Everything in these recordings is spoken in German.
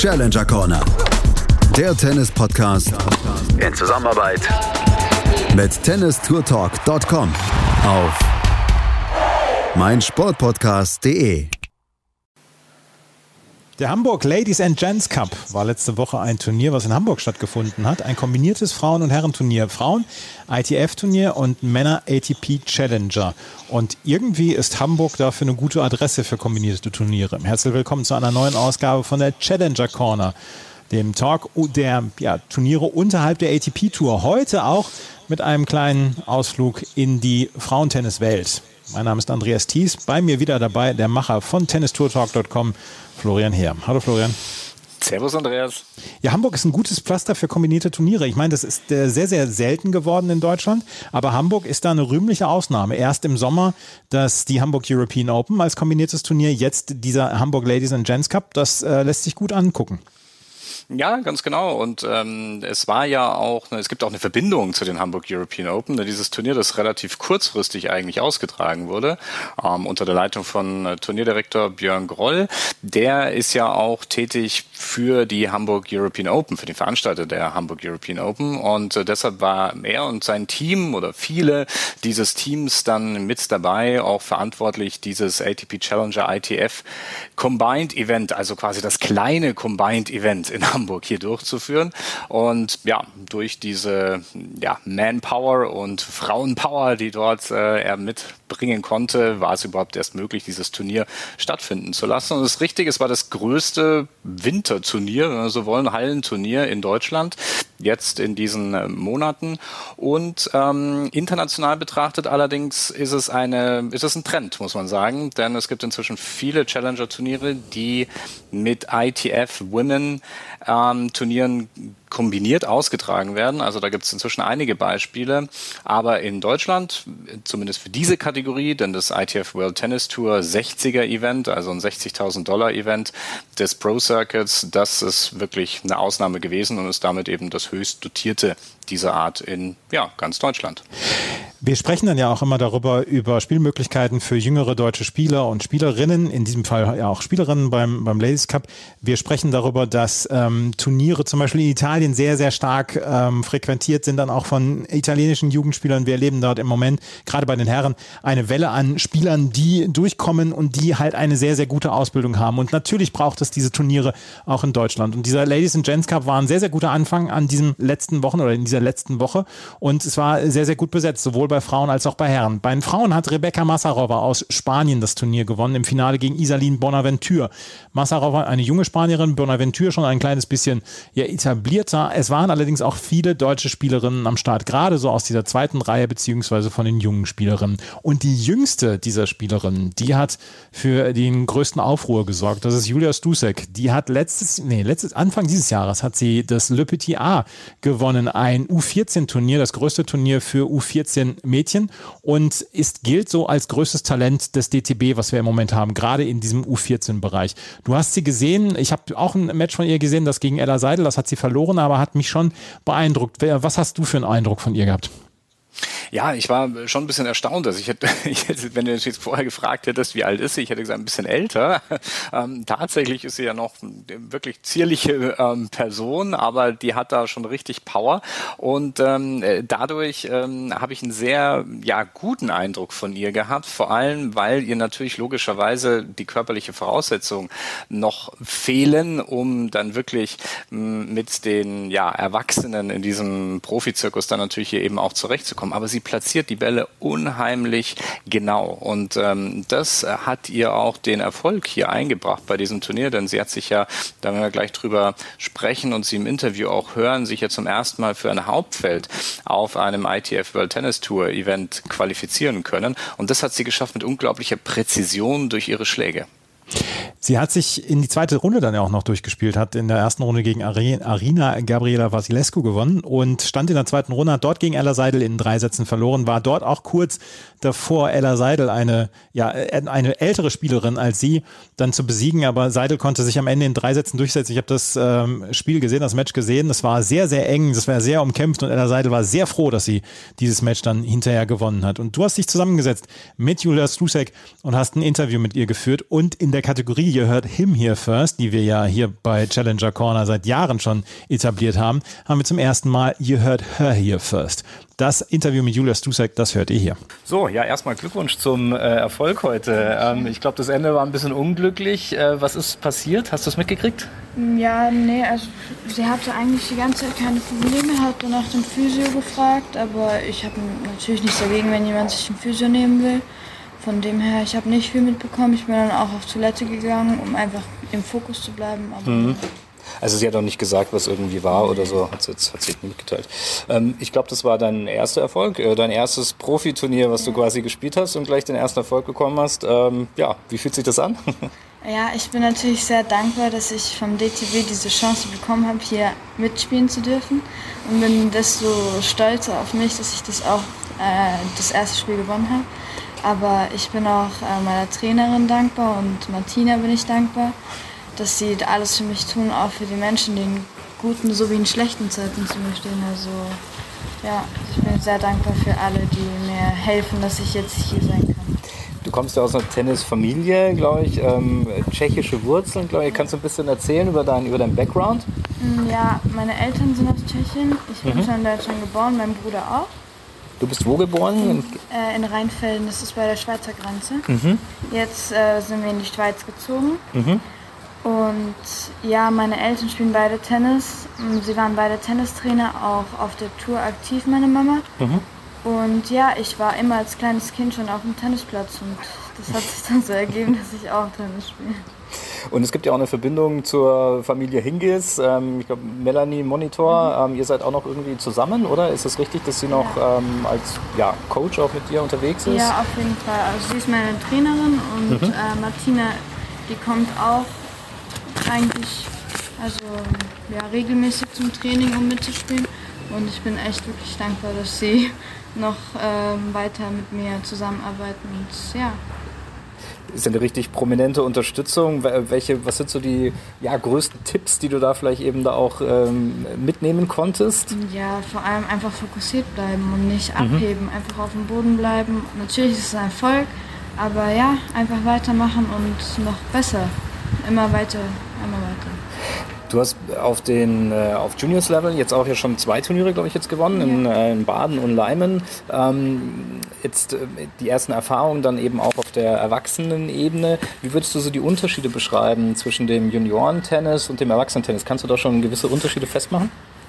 Challenger Corner. Der Tennis-Podcast in Zusammenarbeit mit tennistourtalk.com auf meinsportpodcast.de. Der Hamburg Ladies and Gents Cup war letzte Woche ein Turnier, was in Hamburg stattgefunden hat. Ein kombiniertes Frauen- und Herrenturnier. Frauen ITF-Turnier und Männer ATP Challenger. Und irgendwie ist Hamburg dafür eine gute Adresse für kombinierte Turniere. Herzlich willkommen zu einer neuen Ausgabe von der Challenger Corner, dem Talk der Turniere unterhalb der ATP-Tour. Heute auch mit einem kleinen Ausflug in die Frauentenniswelt. Mein Name ist Andreas Thies, bei mir wieder dabei der Macher von tennistourtalk.com, Florian Herm. Hallo Florian. Servus Andreas. Ja, Hamburg ist ein gutes Pflaster für kombinierte Turniere. Ich meine, das ist sehr, sehr selten geworden in Deutschland, aber Hamburg ist da eine rühmliche Ausnahme. Erst im Sommer die Hamburg European Open als kombiniertes Turnier, jetzt dieser Hamburg Ladies and Gents Cup, das lässt sich gut angucken. Ja, ganz genau. Und es gibt auch eine Verbindung zu den Hamburg European Open. Dieses Turnier, das relativ kurzfristig eigentlich ausgetragen wurde, unter der Leitung von Turnierdirektor Björn Groll. Der ist ja auch tätig für die Hamburg European Open, für den Veranstalter der Hamburg European Open. Und deshalb war er und sein Team oder viele dieses Teams dann mit dabei, auch verantwortlich, dieses ATP Challenger ITF Combined Event, also quasi das kleine Combined Event in Hamburg hier durchzuführen. Und ja, durch diese Manpower und Frauenpower, die dort er mitbringen konnte, war es überhaupt erst möglich, dieses Turnier stattfinden zu lassen. Und das Richtige, es war das größte Winterturnier, wenn wir so wollen, Hallenturnier in Deutschland, jetzt in diesen Monaten. Und international betrachtet allerdings ist es ein Trend, muss man sagen, denn es gibt inzwischen viele Challenger-Turniere, die mit ITF Women Turnieren kombiniert ausgetragen werden. Also da gibt es inzwischen einige Beispiele. Aber in Deutschland, zumindest für diese Kategorie, denn das ITF World Tennis Tour 60er Event, also ein $60.000 Event des Pro Circuits, das ist wirklich eine Ausnahme gewesen und ist damit eben das höchst dotierte dieser Art in ganz Deutschland. Wir sprechen dann ja auch immer über Spielmöglichkeiten für jüngere deutsche Spieler und Spielerinnen, in diesem Fall ja auch Spielerinnen beim Ladies Cup. Wir sprechen darüber, dass Turniere zum Beispiel in Italien sehr, sehr stark frequentiert sind, dann auch von italienischen Jugendspielern. Wir erleben dort im Moment, gerade bei den Herren, eine Welle an Spielern, die durchkommen und die halt eine sehr, sehr gute Ausbildung haben. Und natürlich braucht es diese Turniere auch in Deutschland. Und dieser Ladies and Gents Cup war ein sehr, sehr guter Anfang an diesen letzten Wochen oder in dieser letzten Woche. Und es war sehr, sehr gut besetzt, sowohl bei Frauen als auch bei Herren. Bei den Frauen hat Rebecca Massarova aus Spanien das Turnier gewonnen, im Finale gegen Isalin Bonaventure. Massarova, eine junge Spanierin, Bonaventure schon ein kleines bisschen etablierter. Es waren allerdings auch viele deutsche Spielerinnen am Start, gerade so aus dieser zweiten Reihe beziehungsweise von den jungen Spielerinnen. Und die jüngste dieser Spielerinnen, die hat für den größten Aufruhr gesorgt. Das ist Julia Stusek. Die hat Anfang dieses Jahres hat sie das Le Petit A gewonnen, ein U14-Turnier, das größte Turnier für U14 Mädchen und gilt so als größtes Talent des DTB, was wir im Moment haben, gerade in diesem U14-Bereich. Du hast sie gesehen, ich habe auch ein Match von ihr gesehen, das gegen Ella Seidel, das hat sie verloren, aber hat mich schon beeindruckt. Was hast du für einen Eindruck von ihr gehabt? Ja, ich war schon ein bisschen erstaunt. Also ich hätte, wenn du jetzt vorher gefragt hättest, wie alt ist sie, ich hätte gesagt, ein bisschen älter. Tatsächlich ist sie ja noch wirklich zierliche Person, aber die hat da schon richtig Power. Und dadurch habe ich einen sehr guten Eindruck von ihr gehabt, vor allem, weil ihr natürlich logischerweise die körperliche Voraussetzung noch fehlen, um dann wirklich mit den Erwachsenen in diesem Profizirkus dann natürlich hier eben auch zurechtzukommen. Aber sie platziert die Bälle unheimlich genau und das hat ihr auch den Erfolg hier eingebracht bei diesem Turnier, denn sie hat sich ja, da werden wir gleich drüber sprechen und sie im Interview auch hören, sich ja zum ersten Mal für ein Hauptfeld auf einem ITF World Tennis Tour Event qualifizieren können und das hat sie geschafft mit unglaublicher Präzision durch ihre Schläge. Sie hat sich in die zweite Runde dann ja auch noch durchgespielt, hat in der ersten Runde gegen Arina Gabriela Vasilescu gewonnen und stand in der zweiten Runde, hat dort gegen Ella Seidel in 3 Sätzen verloren, war dort auch kurz davor, Ella Seidel, eine ältere Spielerin als sie, dann zu besiegen, aber Seidel konnte sich am Ende in 3 Sätzen durchsetzen. Ich habe das Spiel gesehen, das Match gesehen, das war sehr, sehr eng, das war sehr umkämpft und Ella Seidel war sehr froh, dass sie dieses Match dann hinterher gewonnen hat. Und du hast dich zusammengesetzt mit Julia Stusek und hast ein Interview mit ihr geführt und in der Kategorie You Heard Him Here First, die wir ja hier bei Challenger Corner seit Jahren schon etabliert haben, haben wir zum ersten Mal You Heard Her Here First. Das Interview mit Julia Stusek, das hört ihr hier. So, ja, erstmal Glückwunsch zum Erfolg heute. Ich glaube, das Ende war ein bisschen unglücklich. Was ist passiert? Hast du es mitgekriegt? Ja, nee, also sie hatte eigentlich die ganze Zeit keine Probleme, hat dann nach dem Physio gefragt, aber ich habe natürlich nichts dagegen, wenn jemand sich ein Physio nehmen will. Von dem her, ich habe nicht viel mitbekommen. Ich bin dann auch auf Toilette gegangen, um einfach im Fokus zu bleiben. Aber Also sie hat auch nicht gesagt, was irgendwie war oder so, hat sie nicht mitgeteilt. Ich glaube, das war dein erster Erfolg, dein erstes Profiturnier, was du quasi gespielt hast und gleich den ersten Erfolg bekommen hast. Ja, wie fühlt sich das an? Ja, ich bin natürlich sehr dankbar, dass ich vom DTW diese Chance bekommen habe, hier mitspielen zu dürfen. Und bin desto stolzer auf mich, dass ich das auch das erste Spiel gewonnen habe. Aber ich bin auch meiner Trainerin dankbar und Martina bin ich dankbar, dass sie alles für mich tun, auch für die Menschen, die in guten sowie in schlechten Zeiten zu mir stehen. Also ja, ich bin sehr dankbar für alle, die mir helfen, dass ich jetzt hier sein kann. Du kommst ja aus einer Tennisfamilie, glaube ich, tschechische Wurzeln, glaube ich. Kannst du ein bisschen erzählen über deinen Background? Ja, meine Eltern sind aus Tschechien. Ich bin schon in Deutschland geboren, mein Bruder auch. Du bist wo geboren? In Rheinfelden, das ist bei der Schweizer Grenze. Jetzt sind wir in die Schweiz gezogen. Und ja, meine Eltern spielen beide Tennis. Sie waren beide Tennistrainer, auch auf der Tour aktiv, meine Mama. Und ja, ich war immer als kleines Kind schon auf dem Tennisplatz und das hat sich dann so ergeben, dass ich auch Tennis spiele. Und es gibt ja auch eine Verbindung zur Familie Hingis. Ich glaube, Melanie Monitor, ihr seid auch noch irgendwie zusammen, oder? Ist es richtig, dass sie noch als Coach auch mit dir unterwegs ist? Ja, auf jeden Fall. Also sie ist meine Trainerin und Martina, die kommt auch eigentlich regelmäßig zum Training, um mitzuspielen. Und ich bin echt wirklich dankbar, dass sie noch weiter mit mir zusammenarbeiten. Und ja. Ist eine richtig prominente Unterstützung. Was sind so die größten Tipps, die du da vielleicht eben da auch mitnehmen konntest? Ja, vor allem einfach fokussiert bleiben und nicht abheben, einfach auf dem Boden bleiben. Natürlich ist es ein Erfolg, aber ja, einfach weitermachen und noch besser. Immer weiter. Du hast auf Juniors-Level jetzt auch ja schon 2 Turniere, glaube ich, jetzt gewonnen, in Baden und Leimen. Jetzt die ersten Erfahrungen dann eben auch auf der Erwachsenenebene. Wie würdest du so die Unterschiede beschreiben zwischen dem Juniorentennis und dem Erwachsenentennis? Kannst du da schon gewisse Unterschiede festmachen?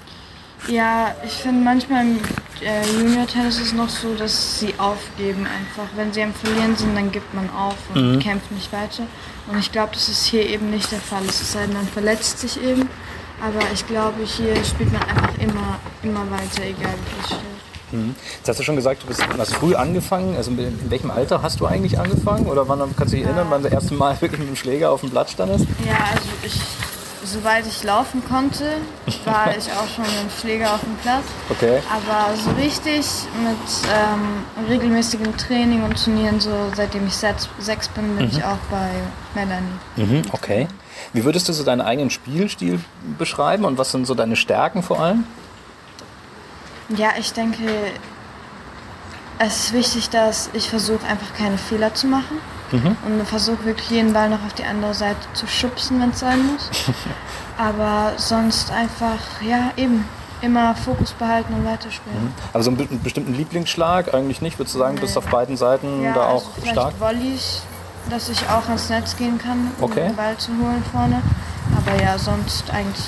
Ja, ich finde manchmal im Junior-Tennis ist es noch so, dass sie aufgeben einfach. Wenn sie am Verlieren sind, dann gibt man auf und kämpft nicht weiter. Und ich glaube, das ist hier eben nicht der Fall. Es sei denn, man verletzt sich eben. Aber ich glaube, hier spielt man einfach immer weiter, egal wie es steht. Jetzt hast du schon gesagt, du hast früh angefangen. Also in welchem Alter hast du eigentlich angefangen? Oder kannst du dich erinnern, wann das erste Mal wirklich mit dem Schläger auf dem Blatt standest? Ja, also soweit ich laufen konnte, war ich auch schon mit dem Schläger auf dem Platz. Okay. Aber so richtig mit regelmäßigem Training und Turnieren, so seitdem ich 6 bin ich auch bei Melanie. Okay. Wie würdest du so deinen eigenen Spielstil beschreiben und was sind so deine Stärken vor allem? Ja, ich denke, es ist wichtig, dass ich versuche, einfach keine Fehler zu machen. Und versuche wirklich jeden Ball noch auf die andere Seite zu schubsen, wenn es sein muss. Aber sonst einfach, immer Fokus behalten und weiterspielen. Also einen bestimmten Lieblingsschlag eigentlich nicht? Würdest du sagen, bist auf beiden Seiten da auch also stark? Volleys, dass ich auch ans Netz gehen kann, um den Ball zu holen vorne. Aber ja, sonst eigentlich.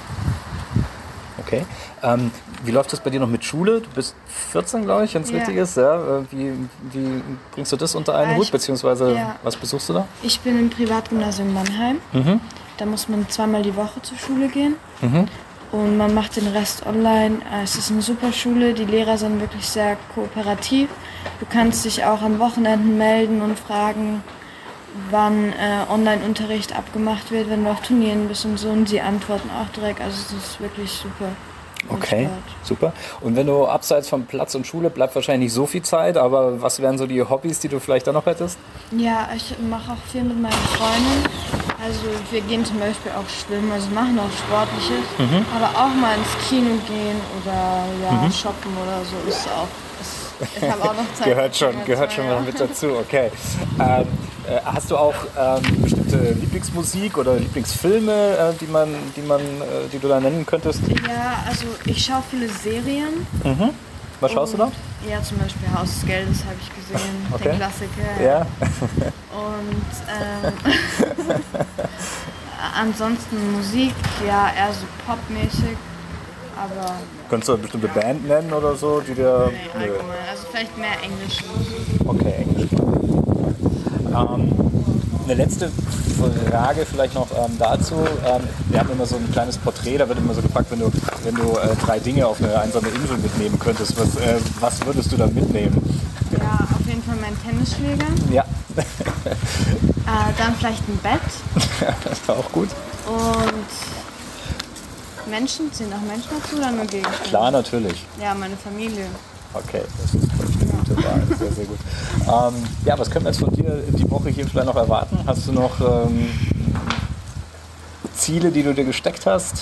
Okay. Wie läuft das bei dir noch mit Schule? Du bist 14, glaube ich, wenn es richtig ist. Ja. Wie bringst du das unter einen Hut? Beziehungsweise was besuchst du da? Ich bin im Privatgymnasium Mannheim. Da muss man 2-mal die Woche zur Schule gehen. Und man macht den Rest online. Es ist eine super Schule. Die Lehrer sind wirklich sehr kooperativ. Du kannst dich auch an Wochenenden melden und fragen, wann Online-Unterricht abgemacht wird, wenn du auf Turnieren bist und so. Und sie antworten auch direkt. Also es ist wirklich super. Okay, super. Und wenn du abseits von Platz und Schule, bleibt wahrscheinlich nicht so viel Zeit, aber was wären so die Hobbys, die du vielleicht dann noch hättest? Ja, ich mache auch viel mit meinen Freunden. Also wir gehen zum Beispiel auch schwimmen, also machen auch Sportliches, aber auch mal ins Kino gehen oder shoppen oder so ist auch. Ich habe auch noch Zeit. gehört schon mal mit dazu, okay. Hast du auch bestimmte bestimmte Lieblingsmusik oder Lieblingsfilme, die du da nennen könntest? Ja, also ich schaue viele Serien. Mhm. Was schaust du da? Ja, zum Beispiel Haus des Geldes habe ich gesehen, okay. Den Klassiker. Ja. Und ansonsten Musik, ja, eher so popmäßig, aber... Könntest du eine bestimmte Band nennen oder so, die dir... Nee, allgemein, also vielleicht mehr englische Musik. Okay, Englisch. Eine letzte Frage vielleicht noch dazu. Wir haben immer so ein kleines Porträt, da wird immer so gefragt, wenn du 3 Dinge auf eine einsame Insel mitnehmen könntest, was würdest du dann mitnehmen? Ja, auf jeden Fall mein Tennisschläger. Ja. Dann vielleicht ein Bett. Das war auch gut. Und Menschen, zählen auch Menschen dazu oder nur Gegenstände? Klar, natürlich. Ja, meine Familie. Okay, das ist eine gute Wahl, sehr, sehr gut. Ja, was können wir jetzt von dir die Woche hier vielleicht noch erwarten? Hast du noch Ziele, die du dir gesteckt hast?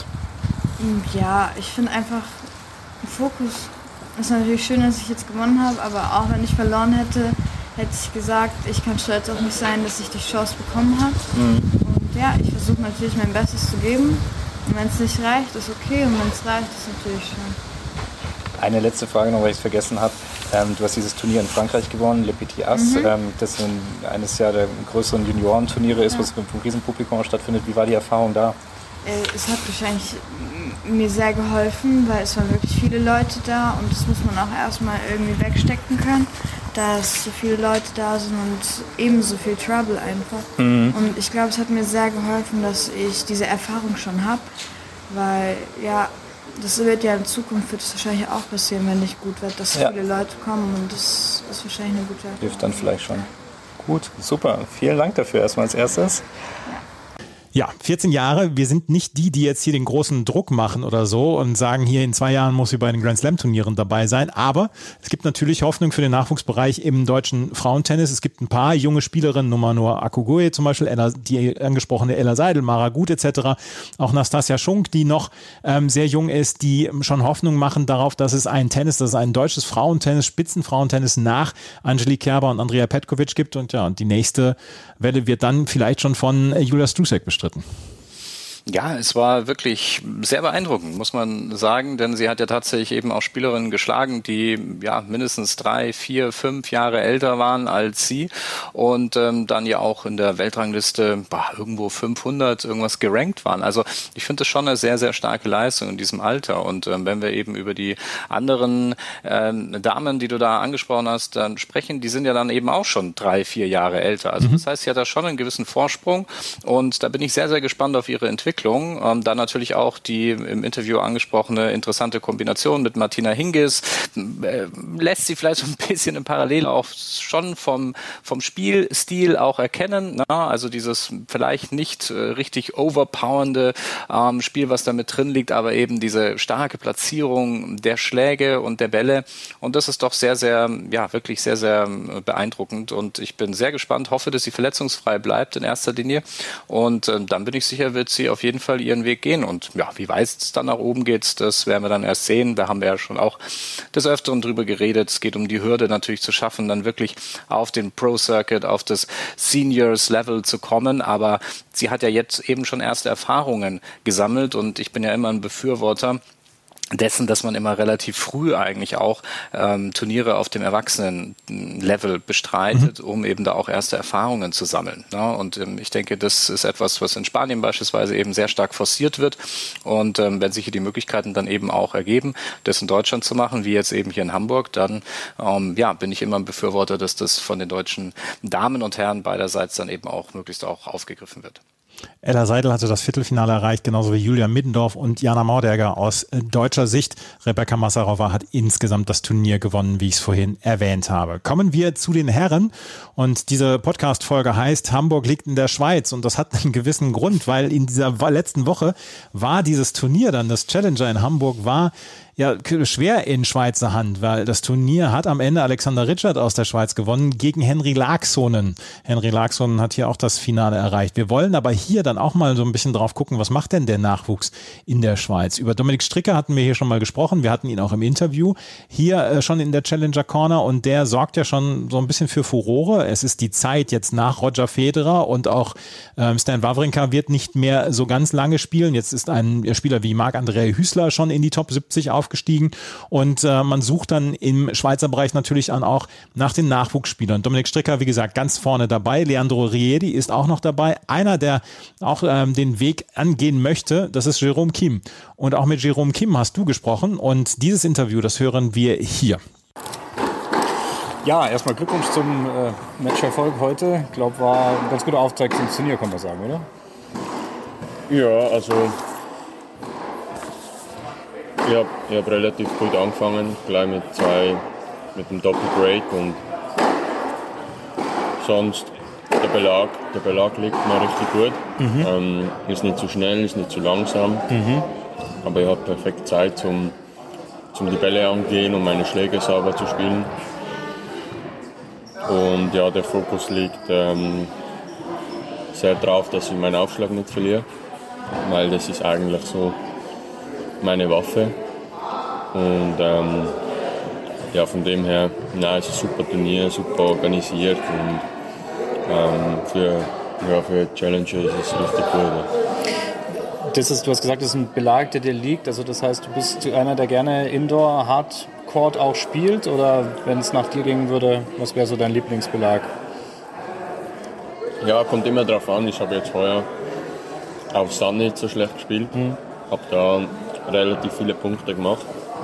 Ja, ich finde einfach, Fokus ist natürlich schön, dass ich jetzt gewonnen habe, aber auch wenn ich verloren hätte, hätte ich gesagt, ich kann stolz auf mich sein, dass ich die Chance bekommen habe. Mhm. Und ja, ich versuche natürlich mein Bestes zu geben. Und wenn es nicht reicht, ist okay. Und wenn es reicht, ist natürlich schön. Eine letzte Frage noch, weil ich es vergessen habe. Du hast dieses Turnier in Frankreich gewonnen, Le Petit As, das eines der größeren Juniorenturniere ist, was mit einem Riesenpublikum stattfindet. Wie war die Erfahrung da? Es hat wahrscheinlich mir sehr geholfen, weil es waren wirklich viele Leute da und das muss man auch erstmal irgendwie wegstecken können, dass so viele Leute da sind und ebenso viel Trouble einfach. Mhm. Und ich glaube, es hat mir sehr geholfen, dass ich diese Erfahrung schon habe, weil ja, das wird ja in Zukunft wird es wahrscheinlich auch passieren, wenn nicht gut wird, dass so viele Leute kommen und das ist wahrscheinlich eine gute Erfahrung. Hilft dann vielleicht schon. Gut, super. Vielen Dank dafür erstmal als erstes. Ja, 14 Jahre. Wir sind nicht die jetzt hier den großen Druck machen oder so und sagen, hier in 2 Jahren muss sie bei den Grand Slam Turnieren dabei sein. Aber es gibt natürlich Hoffnung für den Nachwuchsbereich im deutschen Frauentennis. Es gibt ein paar junge Spielerinnen, Nour Akugoye zum Beispiel, die angesprochene Ella Seidel, Mara Gut etc. Auch Nastasia Schunk, die noch sehr jung ist, die schon Hoffnung machen darauf, dass es ein deutsches Frauentennis, Spitzenfrauentennis nach Angelique Kerber und Andrea Petkovic gibt. Und ja, und die nächste Welle wird dann vielleicht schon von Julia Strusek bestritten. Ja, es war wirklich sehr beeindruckend, muss man sagen, denn sie hat ja tatsächlich eben auch Spielerinnen geschlagen, die ja mindestens 3, 4, 5 Jahre älter waren als sie und dann ja auch in der Weltrangliste irgendwo 500 irgendwas gerankt waren. Also ich finde das schon eine sehr, sehr starke Leistung in diesem Alter und wenn wir eben über die anderen Damen, die du da angesprochen hast, dann sprechen, die sind ja dann eben auch schon 3, 4 Jahre älter. Also das heißt, sie hat da schon einen gewissen Vorsprung und da bin ich sehr, sehr gespannt auf ihre Entwicklung. Dann natürlich auch die im Interview angesprochene interessante Kombination mit Martina Hingis. Lässt sie vielleicht so ein bisschen im Parallel auch schon vom Spielstil auch erkennen. Also dieses vielleicht nicht richtig overpowernde Spiel, was da mit drin liegt, aber eben diese starke Platzierung der Schläge und der Bälle. Und das ist doch sehr, sehr, ja, wirklich sehr, sehr beeindruckend. Und ich bin sehr gespannt, hoffe, dass sie verletzungsfrei bleibt in erster Linie. Und dann bin ich sicher, wird sie auf jeden Fall ihren Weg gehen. Und ja, wie weit es dann nach oben geht, das werden wir dann erst sehen. Da haben wir ja schon auch des Öfteren drüber geredet. Es geht um die Hürde natürlich zu schaffen, dann wirklich auf den Pro-Circuit, auf das Seniors-Level zu kommen. Aber sie hat ja jetzt eben schon erste Erfahrungen gesammelt und ich bin ja immer ein Befürworter dessen, dass man immer relativ früh eigentlich auch Turniere auf dem Erwachsenen-Level bestreitet, um eben da auch erste Erfahrungen zu sammeln. Ja? Und ich denke, das ist etwas, was in Spanien beispielsweise eben sehr stark forciert wird. Und wenn sich hier die Möglichkeiten dann eben auch ergeben, das in Deutschland zu machen, wie jetzt eben hier in Hamburg, dann bin ich immer ein Befürworter, dass das von den deutschen Damen und Herren beiderseits dann eben auch möglichst auch aufgegriffen wird. Ella Seidel hatte das Viertelfinale erreicht, genauso wie Julia Middendorf und Jana Mauderger aus deutscher Sicht. Rebecca Massarowa hat insgesamt das Turnier gewonnen, wie ich es vorhin erwähnt habe. Kommen wir zu den Herren und diese Podcast-Folge heißt Hamburg liegt in der Schweiz und das hat einen gewissen Grund, weil in dieser letzten Woche war dieses Turnier dann, das Challenger in Hamburg war ja schwer in Schweizer Hand, weil das Turnier hat am Ende Alexander Ritschard aus der Schweiz gewonnen gegen Henri Laaksonen. Henri Laaksonen hat hier auch das Finale erreicht. Wir wollen aber hier dann dann auch mal so ein bisschen drauf gucken, was macht denn der Nachwuchs in der Schweiz. Über Dominik Stricker hatten wir hier schon mal gesprochen, wir hatten ihn auch im Interview hier schon in der Challenger Corner und der sorgt ja schon so ein bisschen für Furore. Es ist die Zeit jetzt nach Roger Federer und auch Stan Wawrinka wird nicht mehr so ganz lange spielen. Jetzt ist ein Spieler wie Marc-André Hüßler schon in die Top 70 aufgestiegen und man sucht dann im Schweizer Bereich natürlich dann auch nach den Nachwuchsspielern. Dominik Stricker, wie gesagt, ganz vorne dabei. Leandro Riedi ist auch noch dabei. Einer, der auch den Weg angehen möchte, das ist Jerome Kim. Und auch mit Jerome Kim hast du gesprochen und dieses Interview, das hören wir hier. Ja, erstmal Glückwunsch zum Matcherfolg heute. Ich glaube, war ein ganz guter Auftakt ins Turnier, kann man sagen, oder? Ja, also ich hab relativ gut angefangen, gleich mit dem Doppelbreak und sonst der Belag liegt mir richtig gut. Ist nicht zu schnell, ist nicht zu langsam, aber ich habe perfekt Zeit zum die Bälle angehen und meine Schläge sauber zu spielen. Und ja, der Fokus liegt sehr drauf, dass ich meinen Aufschlag nicht verliere, weil das ist eigentlich so meine Waffe. Und ja, von dem her, es ist ein super Turnier, super organisiert und für Challenger ist es richtig gut. Du hast gesagt, das ist ein Belag, der dir liegt. Also das heißt, du bist einer, der gerne Indoor Hardcourt auch spielt? Oder wenn es nach dir gehen würde, was wäre so dein Lieblingsbelag? Ja, kommt immer drauf an. Ich habe jetzt heuer auf Sand nicht so schlecht gespielt. Habe da relativ viele Punkte gemacht.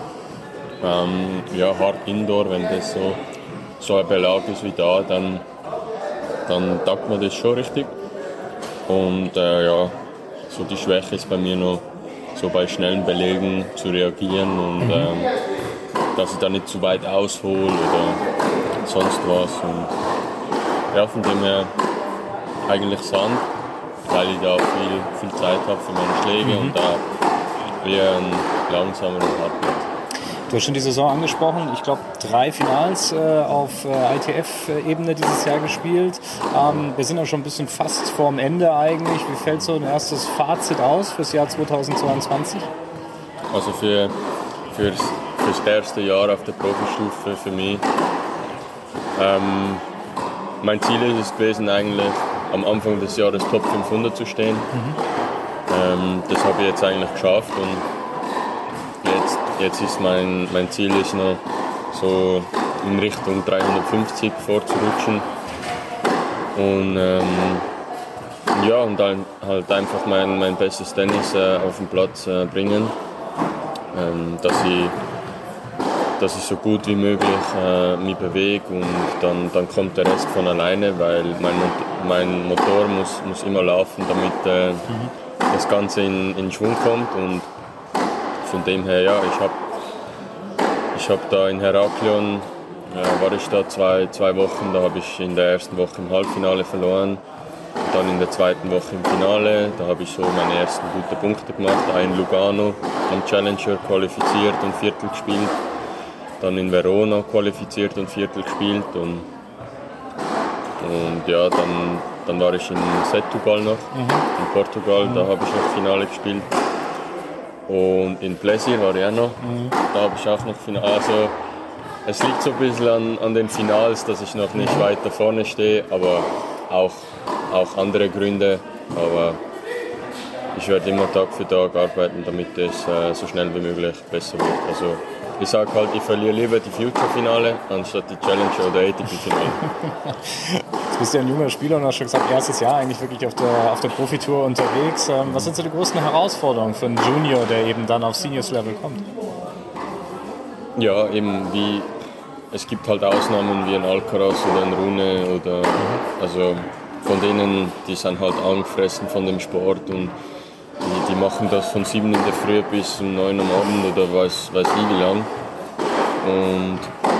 Ja, Hard Indoor, wenn das so ein Belag ist wie da, dann taugt mir das schon richtig. Und ja, so die Schwäche ist bei mir noch so bei schnellen Belägen zu reagieren und dass ich da nicht zu weit aushole oder sonst was. Und ja, von dem her eigentlich Sand, weil ich da viel Zeit habe für meine Schläge und da eher einen langsameren Hardplatz. Du hast schon die Saison angesprochen. Ich glaube, 3 Finals auf ITF-Ebene dieses Jahr gespielt. Wir sind ja schon ein bisschen fast vorm Ende eigentlich. Wie fällt so ein erstes Fazit aus fürs Jahr 2022? Also fürs erste Jahr auf der Profistufe für mich. Mein Ziel ist es gewesen, eigentlich am Anfang des Jahres Top 500 zu stehen. Das habe ich jetzt eigentlich geschafft und jetzt ist mein Ziel ist noch so in Richtung 350 vorzurutschen und ja, und dann halt einfach mein bestes Tennis auf den Platz bringen, dass ich so gut wie möglich mich bewege und dann kommt der Rest von alleine, weil mein Motor muss immer laufen, damit das Ganze in Schwung kommt. Und von dem her, ja, ich hab da in Heraklion, war ich da zwei Wochen, da habe ich in der ersten Woche im Halbfinale verloren, dann in der zweiten Woche im Finale, da habe ich so meine ersten guten Punkte gemacht, in Lugano am Challenger qualifiziert und Viertel gespielt, dann in Verona qualifiziert und Viertel gespielt und ja, dann war ich in Setúbal noch, in Portugal, da habe ich noch Finale gespielt. Und in Plesir war ich auch noch, da habe ich auch noch Finale. Also es liegt so ein bisschen an den Finals, dass ich noch nicht weiter vorne stehe, aber auch andere Gründe. Aber ich werde immer Tag für Tag arbeiten, damit es so schnell wie möglich besser wird. Also ich sage halt, ich verliere lieber die Future-Finale anstatt die Challenger oder ATP-Finale. Jetzt bist du ja ein junger Spieler und hast schon gesagt, erstes Jahr eigentlich wirklich auf der Profitour unterwegs. Was sind so die größten Herausforderungen für einen Junior, der eben dann auf Seniors-Level kommt? Ja, eben es gibt halt Ausnahmen wie ein Alcaraz oder ein Rune oder also von denen, die sind halt angefressen von dem Sport und die machen das von 7 in der Früh bis um 9 am Abend oder weiß ich wie lang. Und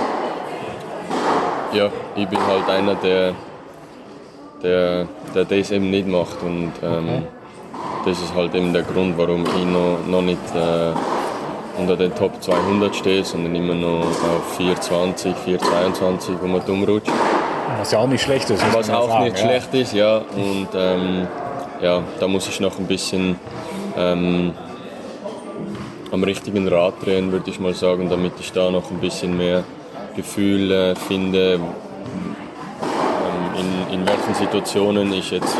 ja, ich bin halt einer, der das eben nicht macht und das ist halt eben der Grund, warum ich noch nicht unter den Top 200 stehe, sondern immer noch auf 420, 422, wo man dumm rutscht. Was ja auch nicht schlecht ist. Was auch sagen, nicht schlecht ist, ja. Und da muss ich noch ein bisschen am richtigen Rad drehen, würde ich mal sagen, damit ich da noch ein bisschen mehr Gefühl finde, in welchen Situationen ich jetzt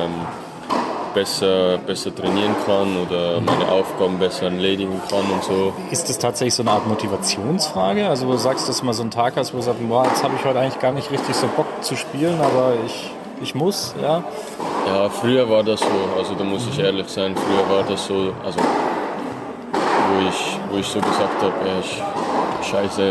besser trainieren kann oder meine Aufgaben besser erledigen kann und so. Ist das tatsächlich so eine Art Motivationsfrage? Also wo du sagst, dass du mal so einen Tag hast, wo du sagst, boah, jetzt habe ich heute eigentlich gar nicht richtig so Bock zu spielen, aber ich muss, ja? Ja, früher war das so, also da muss ich ehrlich sein, früher war das so, also wo ich so gesagt habe, scheiße,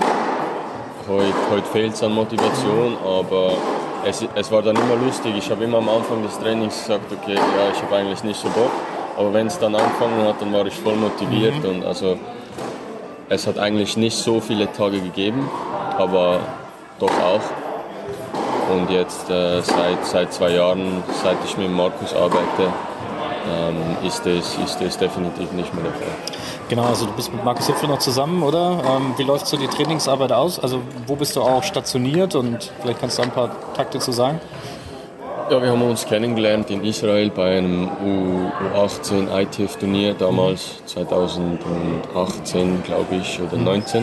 heute fehlt es an Motivation, aber es war dann immer lustig. Ich habe immer am Anfang des Trainings gesagt, okay, ja, ich habe eigentlich nicht so Bock, aber wenn es dann angefangen hat, dann war ich voll motiviert und also es hat eigentlich nicht so viele Tage gegeben, aber doch auch. Und jetzt seit 2 Jahren, seit ich mit Markus arbeite, ist das definitiv nicht mehr der Fall. Genau, also du bist mit Markus Hüpfl noch zusammen, oder? Wie läuft so die Trainingsarbeit aus? Also wo bist du auch stationiert und vielleicht kannst du ein paar Takte zu sagen? Ja, wir haben uns kennengelernt in Israel bei einem U18 ITF-Turnier damals, 2018 glaube ich, oder 19.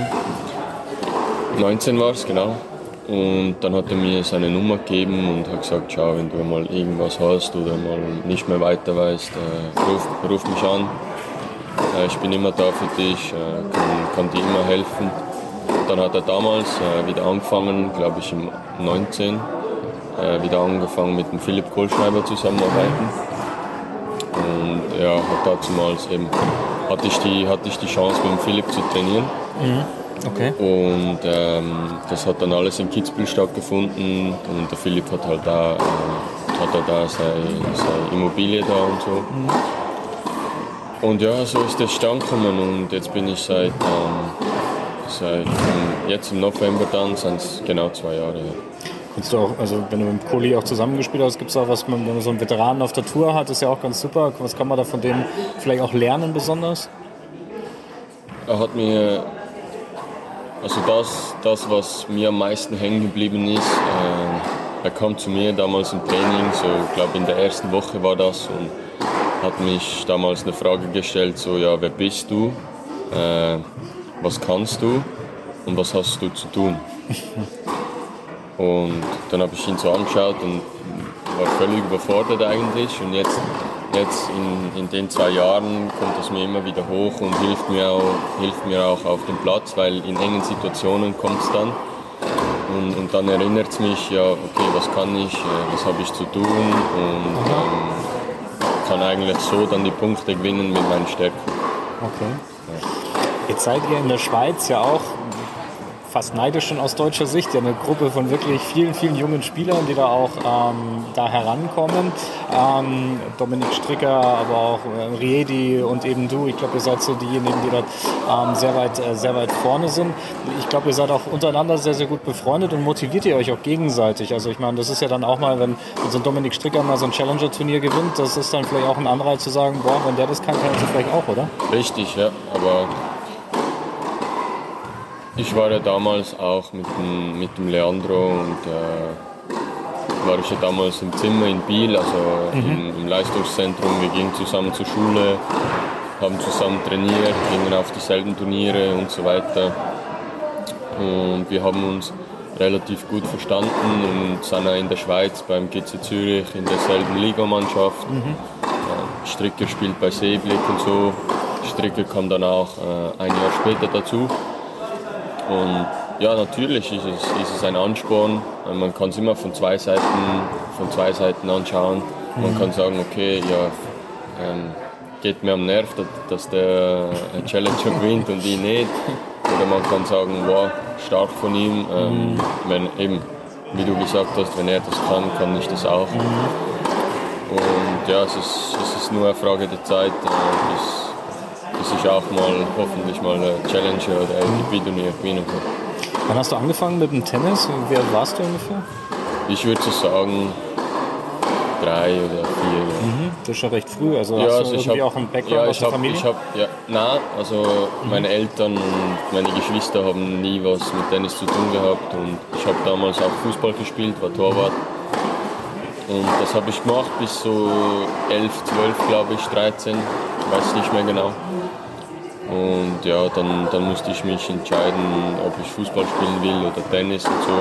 19 war es, genau. Und dann hat er mir seine Nummer gegeben und hat gesagt, schau, wenn du mal irgendwas hast oder mal nicht mehr weiter weißt, ruf mich an. Ich bin immer da für dich, kann dir immer helfen. Dann hat er damals wieder angefangen, glaube ich im 19, wieder angefangen mit dem Philipp Kohlschreiber zusammenarbeiten. Und ja, damals eben hatte ich die Chance mit dem Philipp zu trainieren. Okay. Und das hat dann alles in Kitzbühel stattgefunden und der Philipp hat halt da seine Immobilie da und so. Und ja, so ist das Stand gekommen und jetzt bin ich seit jetzt im November dann, sind es genau 2 Jahre. Kannst du auch, also wenn du mit Kohli auch zusammengespielt hast, gibt es auch was, wenn man so einen Veteranen auf der Tour hat, ist ja auch ganz super. Was kann man da von dem vielleicht auch lernen besonders? Er hat mir, also das was mir am meisten hängen geblieben ist, er kam zu mir damals im Training, so ich glaube in der ersten Woche war das und hat mich damals eine Frage gestellt, so ja, wer bist du, was kannst du und was hast du zu tun? Und dann habe ich ihn so angeschaut und war völlig überfordert eigentlich und jetzt in den 2 Jahren kommt es mir immer wieder hoch und hilft mir auch auf dem Platz, weil in engen Situationen kommt es dann und dann erinnert es mich, ja okay, was kann ich, was habe ich zu tun und kann eigentlich so dann die Punkte gewinnen mit meinen Stärken. Okay. Ja. Jetzt seid ihr in der Schweiz ja auch fast neidisch schon aus deutscher Sicht, ja eine Gruppe von wirklich vielen, vielen jungen Spielern, die da auch da herankommen. Dominik Stricker, aber auch Riedi und eben du. Ich glaube, ihr seid so diejenigen, die dort sehr weit vorne sind. Ich glaube, ihr seid auch untereinander sehr, sehr gut befreundet und motiviert ihr euch auch gegenseitig. Also ich meine, das ist ja dann auch mal, wenn so ein Dominik Stricker mal so ein Challenger-Turnier gewinnt, das ist dann vielleicht auch ein Anreiz zu sagen, boah, wenn der das kann ich das vielleicht auch, oder? Richtig, ja, aber ich war ja damals auch mit dem Leandro und war ich ja damals im Zimmer in Biel, also im Leistungszentrum. Wir gingen zusammen zur Schule, haben zusammen trainiert, gingen auf dieselben Turniere und so weiter. Und wir haben uns relativ gut verstanden und sind auch in der Schweiz beim GC Zürich in derselben Ligamannschaft. Stricker spielt bei Seeblick und so. Stricker kam dann auch ein Jahr später dazu. Und ja, natürlich ist es ein Ansporn. Man kann es immer von zwei Seiten anschauen. Man kann sagen, okay, ja, geht mir am Nerv, dass der Challenger gewinnt und ich nicht. Oder man kann sagen, wow, stark von ihm. Wenn eben, wie du gesagt hast, wenn er das kann ich das auch. Und ja, es ist nur eine Frage der Zeit, bis ich auch hoffentlich mal eine Challenger oder ATP-Turnier gewinnen kann. Wann hast du angefangen mit dem Tennis? Wie alt warst du ungefähr? Ich würde so sagen 3 oder 4 Jahre. Das ist schon recht früh, also ja, hast also du irgendwie auch einen Background aus der Familie? Meine Eltern und meine Geschwister haben nie was mit Tennis zu tun gehabt und ich habe damals auch Fußball gespielt, war Torwart Und das habe ich gemacht bis so 11, 12, glaube ich, 13, weiß nicht mehr genau. Und ja, dann musste ich mich entscheiden, ob ich Fußball spielen will oder Tennis und so.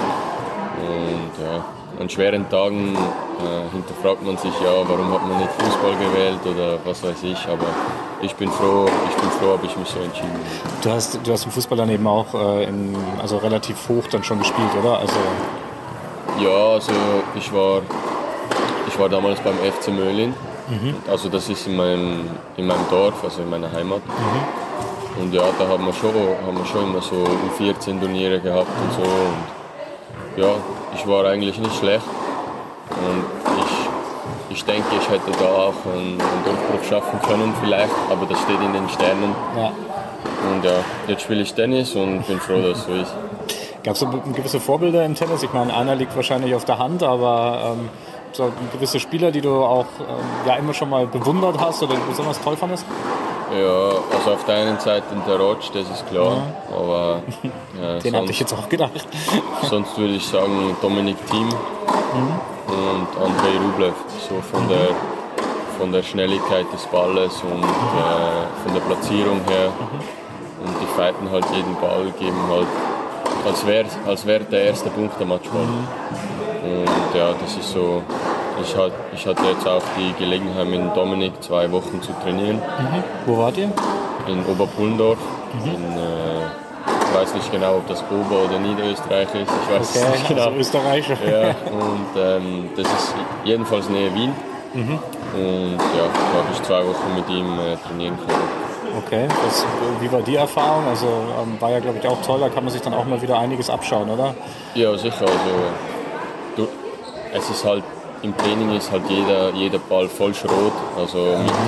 Und ja, an schweren Tagen hinterfragt man sich, ja, warum hat man nicht Fußball gewählt oder was weiß ich. Aber ich bin froh, habe ich mich so entschieden. Du hast im Fußball dann eben auch also relativ hoch dann schon gespielt, oder? Also ja, also ich war damals beim FC Möhlin. Also das ist in meinem Dorf, also in meiner Heimat. Und ja, da haben wir schon immer so U14-Turniere gehabt und so. Und ja, ich war eigentlich nicht schlecht. Und ich denke, ich hätte da auch einen Durchbruch schaffen können vielleicht, aber das steht in den Sternen. Ja. Und ja, jetzt spiele ich Tennis und bin froh, dass es so ist. Gab es so gewisse Vorbilder im Tennis? Ich meine, einer liegt wahrscheinlich auf der Hand, aber so gewisse Spieler, die du auch immer schon mal bewundert hast oder besonders toll fandest? Ja, also auf der einen Seite der Roach, das ist klar, aber den hatte ich jetzt auch gedacht. Sonst würde ich sagen Dominik Thiem und Andrei Rublev, so von der Schnelligkeit des Balles und von der Platzierung her. Und die fighten halt jeden Ball, geben halt, als wäre der erste Punkt der Matchball. Und ja, das ist so. Ich hatte jetzt auch die Gelegenheit, mit Dominik 2 Wochen zu trainieren. Wo wart ihr? In Oberpullendorf. Ich weiß nicht genau, ob das Ober- oder Niederösterreich ist. Ich weiß es nicht genau. Also Österreich. Ja, und das ist jedenfalls Nähe Wien. Und ja, da habe ich 2 Wochen mit ihm trainieren können. Okay, wie war die Erfahrung? Also war ja, glaube ich, auch toll. Da kann man sich dann auch mal wieder einiges abschauen, oder? Ja, sicher. Also, es ist halt, im Training ist halt jeder Ball voll Schrot, also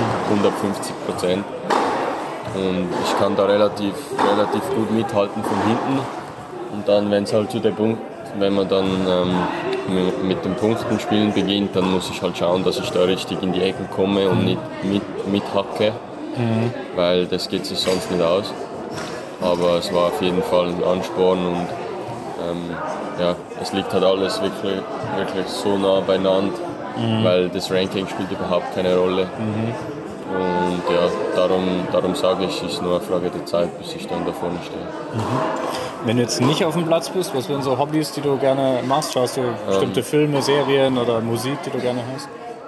mit 150%. Und ich kann da relativ gut mithalten von hinten. Und dann, wenn es halt zu dem Punkt, wenn man dann mit den Punkten spielen beginnt, dann muss ich halt schauen, dass ich da richtig in die Ecken komme und nicht mithacke, weil das geht sich sonst nicht aus. Aber es war auf jeden Fall ein Ansporn und ja, es liegt halt alles wirklich so nah beieinander, weil das Ranking spielt überhaupt keine Rolle. Und ja, darum sage ich, es ist nur eine Frage der Zeit, bis ich dann da vorne stehe. Wenn du jetzt nicht auf dem Platz bist, was wären so Hobbys, die du gerne machst? Schaust du bestimmte Filme, Serien oder Musik, die du gerne hörst?